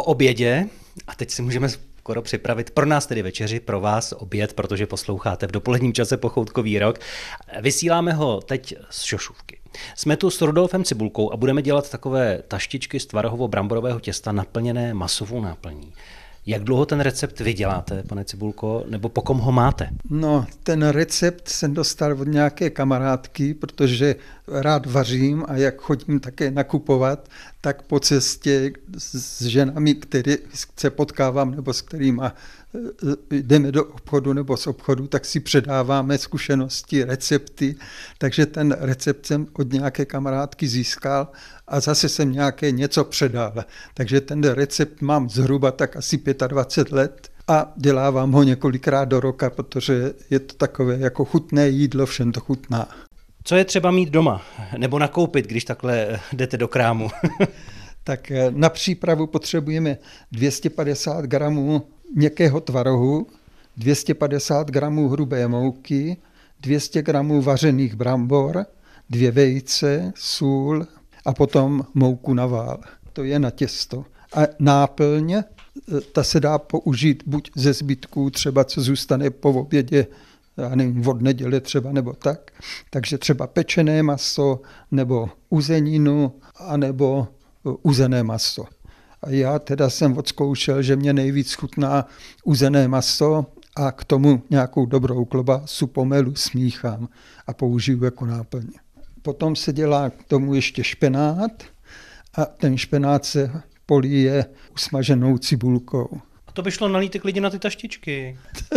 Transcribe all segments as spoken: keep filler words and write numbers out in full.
po obědě a teď si můžeme skoro připravit pro nás tedy večeři, pro vás oběd, protože posloucháte v dopoledním čase Pochoutkový rok. Vysíláme ho teď z Šošůvky. Jsme tu s Rudolfem Cibulkou a budeme dělat takové taštičky z tvarohovo-bramborového těsta naplněné masovou náplní. Jak dlouho ten recept vy děláte, pane Cibulko, nebo po kom ho máte? No, ten recept jsem dostal od nějaké kamarádky, protože rád vařím a jak chodím také nakupovat, tak po cestě s ženami, které se potkávám nebo s kterými jdeme do obchodu nebo z obchodu, tak si předáváme zkušenosti, recepty. Takže ten recept jsem od nějaké kamarádky získal a zase jsem nějaké něco předal. Takže ten recept mám zhruba tak asi dvacet pět let a dělávám ho několikrát do roka, protože je to takové jako chutné jídlo, všem to chutná. Co je třeba mít doma nebo nakoupit, když takhle jdete do krámu? Tak na přípravu potřebujeme dvě stě padesát gramů měkkého tvarohu, dvě stě padesát gramů hrubé mouky, dvě stě gramů vařených brambor, dvě vejce, sůl a potom mouku na vál. To je na těsto. A náplň, ta se dá použít buď ze zbytků, třeba co zůstane po obědě, já nevím, od neděle třeba nebo tak. Takže třeba pečené maso, nebo uzeninu, anebo uzené maso. A já teda jsem odzkoušel, že mě nejvíc chutná uzené maso a k tomu nějakou dobrou klobásu pomelu smíchám a použiju jako náplň. Potom se dělá k tomu ještě špenát a ten špenát se polije usmaženou cibulkou. A to by šlo nalít klidně na ty taštičky.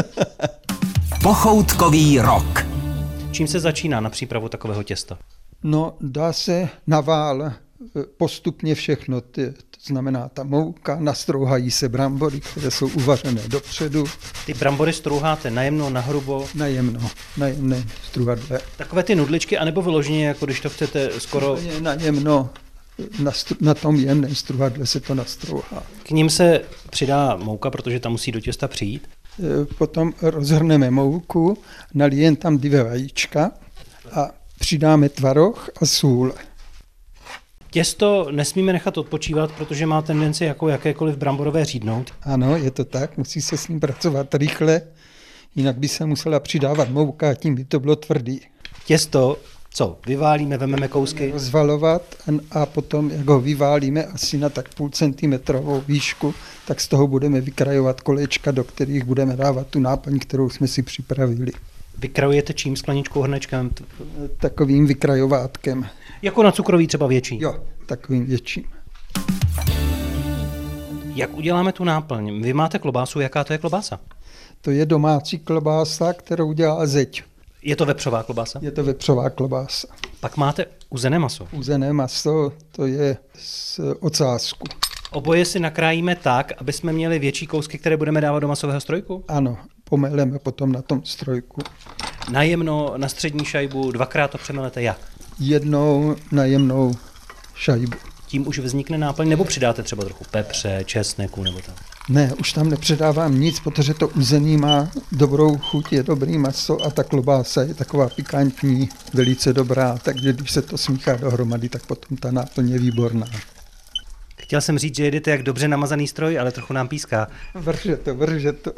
Pochoutkový rok. Čím se začíná na přípravu takového těsta? No, dá se na vál postupně všechno, to znamená ta mouka, nastrouhají se brambory, které jsou uvařené dopředu. Ty brambory strouháte najemno, nahrubo? Najemno, najemné struhadle. Takové ty nudličky, anebo vyloženě, jako když to chcete skoro... Najemno, na, stru, na tom jemném struhadle se to nastrouhá. K ním se přidá mouka, protože tam musí do těsta přijít? Potom rozhrneme mouku, nalijeme tam dvě vajíčka a přidáme tvaroh a sůl. Těsto nesmíme nechat odpočívat, protože má tendenci jako jakékoliv bramborové řídnout. Ano, je to tak, musí se s ním pracovat rychle, jinak by se musela přidávat mouka a tím by to bylo tvrdý. Těsto, co, vyválíme, vememe kousky? Rozvalovat a potom, jak ho vyválíme asi na tak půl centimetrovou výšku, tak z toho budeme vykrajovat kolečka, do kterých budeme dávat tu náplň, kterou jsme si připravili. Vykrajujete čím? Skleničkou, hrnečkem? Takovým vykrajovátkem. Jako na cukroví třeba větší? Jo, takovým větším. Jak uděláme tu náplň? Vy máte klobásu, jaká to je klobása? To je domácí klobása, kterou dělá zeď. Je to vepřová klobása? Je to vepřová klobása. Pak máte uzené maso? Uzené maso, to je z ocásku. Oboje si nakrájíme tak, aby jsme měli větší kousky, které budeme dávat do masového strojku? Ano, pomeleme potom na tom strojku. Najemno na střední šajbu, dvakrát to přemelete jak? Jednou na jemnou šajbu. Tím už vznikne náplň, nebo přidáte třeba trochu pepře, česneku nebo tak? Ne, už tam nepředávám nic, protože to uzený má dobrou chuť, je dobrý maso a ta klobása je taková pikantní, velice dobrá, takže když se to smíchá dohromady, tak potom ta náplň je výborná. Chtěl jsem říct, že jedete jak dobře namazaný stroj, ale trochu nám píská. Vrže to, vrže to.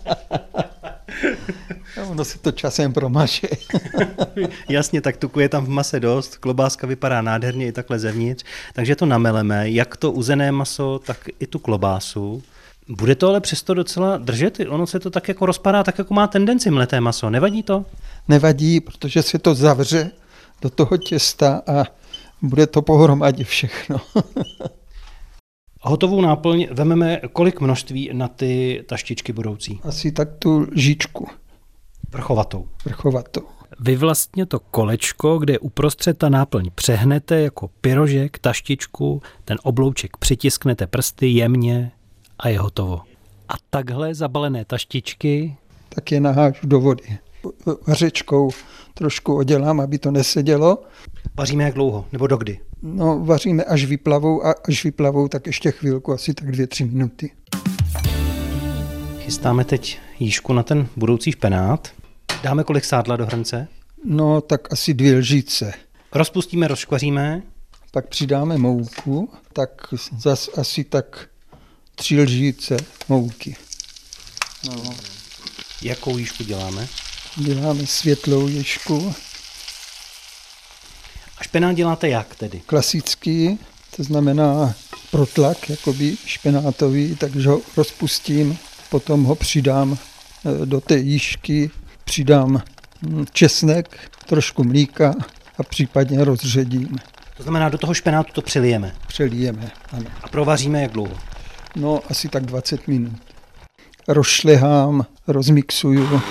Ono se to časem promaže. Jasně, tak tuku je tam v mase dost, klobáska vypadá nádherně i takhle zevnitř, takže to nameleme, jak to uzené maso, tak i tu klobásu. Bude to ale přesto docela držet, ono se to tak jako rozpadá, tak jako má tendenci mleté maso, nevadí to? Nevadí, protože se to zavře do toho těsta a bude to pohromadě všechno. Hotovou náplň vememe kolik množství na ty taštičky budoucí? Asi tak tu lžičku. Vrchovatou. Vrchovatou. Vy vlastně to kolečko, kde je uprostřed ta náplň, přehnete jako pyrožek, taštičku, ten oblouček přitisknete prsty jemně a je hotovo. A takhle zabalené taštičky... Tak je nahážu do vody. Vařečkou trošku oddělám, aby to nesedělo. Vaříme jak dlouho? Nebo dokdy? No, vaříme až vyplavou a až vyplavou, tak ještě chvilku, asi tak dvě, tři minuty. Chystáme teď jížku na ten budoucí špenát. Dáme kolik sádla do hrnce? No, tak asi dvě lžice. Rozpustíme, rozškvaříme. Pak přidáme mouku, tak zas asi tak tři lžíce mouky. No. Jakou jížku děláme? Děláme světlou jížku. A špenát děláte jak tedy? Klasický, to znamená protlak, jakoby špenátový, takže ho rozpustím, potom ho přidám do té jížky, přidám česnek, trošku mlíka a případně rozředím. To znamená, do toho špenátu to přelijeme? Přelijeme, ano. A provaříme jak dlouho? No, asi tak dvacet minut. Rozšlehám, rozmixuju.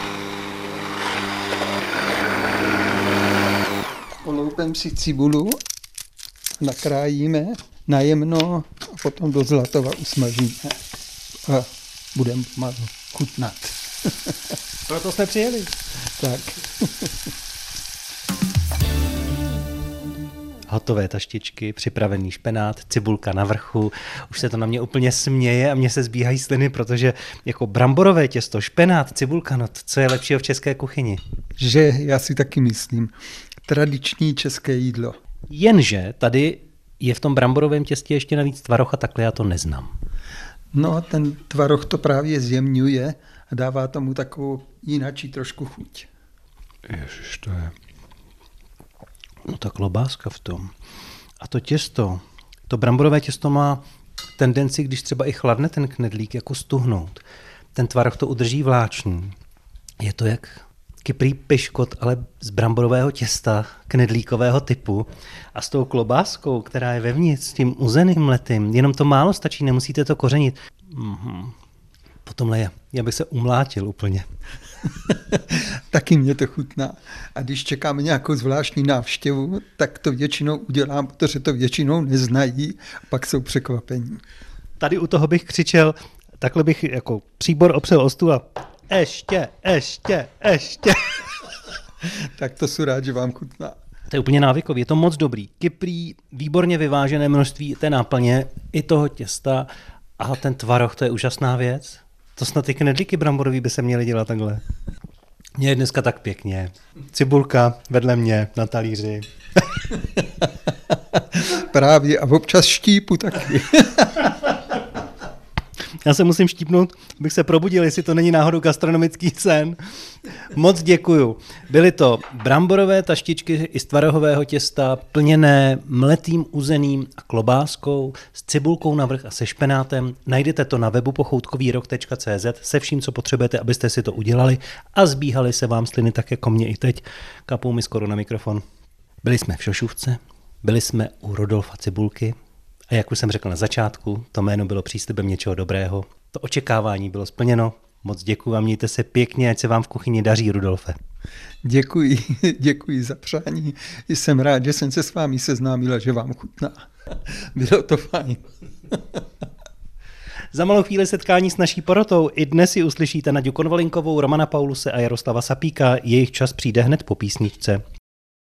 Poloupem si cibulu, nakrájíme najemno a potom do zlatova usmažíme. A budeme pomalu chutnat. Proto jsme přijeli. Tak. Hotové taštičky, připravený špenát, cibulka na vrchu. Už se to na mě úplně směje a mně se zbíhají sliny, protože jako bramborové těsto, špenát, cibulka, no co je lepšího v české kuchyni? Že já si taky myslím. Tradiční české jídlo. Jenže tady je v tom bramborovém těstě ještě navíc tvaroh a takhle já to neznám. No, ten tvaroh to právě zjemňuje a dává tomu takovou jinačí trošku chuť. Ježiš, to je... No ta klobáska v tom. A to těsto, to bramborové těsto má tendenci, když třeba i chladne ten knedlík, jako stuhnout. Ten tvaroh to udrží vláčný. Je to jak kyprý piškot, ale z bramborového těsta, knedlíkového typu. A s tou klobáskou, která je vevnitř, s tím uzeným mletým, jenom to málo stačí, nemusíte to kořenit. Mm-hmm. Potomhle je, já bych se umlátil úplně. Taky mě to chutná. A když čekáme nějakou zvláštní návštěvu, tak to většinou udělám, protože to většinou neznají a pak jsou překvapení. Tady u toho bych křičel, takhle bych jako příbor opřel o stůl a ještě, ještě, ještě. Tak to jsou rád, že vám chutná. To je úplně návykový, je to moc dobrý. Kyprý, výborně vyvážené množství té náplně, i toho těsta a ten tvaroh, to je úžasná věc. To snad ty knedlíky bramborový by se měly dělat takhle. Mně je dneska tak pěkně. Cibulka vedle mě na talíři. Právě a občas štípu taky. Já se musím štípnout, abych se probudil, jestli to není náhodou gastronomický sen. Moc děkuju. Byly to bramborové taštičky i z tvarohového těsta, plněné mletým uzeným a klobáskou, s cibulkou navrch a se špenátem. Najdete to na webu pochoutkovýrok tečka cé zet se vším, co potřebujete, abyste si to udělali a zbíhaly se vám sliny tak jako mě i teď. Kapou mi skoro na mikrofon. Byli jsme v Šošůvce, byli jsme u Rodolfa Cibulky. A jak už jsem řekl na začátku, to jméno bylo příslibem něčeho dobrého. To očekávání bylo splněno. Moc děkuji a mějte se pěkně, ať se vám v kuchyni daří, Rudolfe. Děkuji, děkuji za přání. Jsem rád, že jsem se s vámi seznámila, že vám chutná. Bylo to fajn. Za malou chvíli setkání s naší porotou. I dnes si uslyšíte Naďu Konvalinkovou, Romana Pauluse a Jaroslava Sapíka. Jejich čas přijde hned po písničce.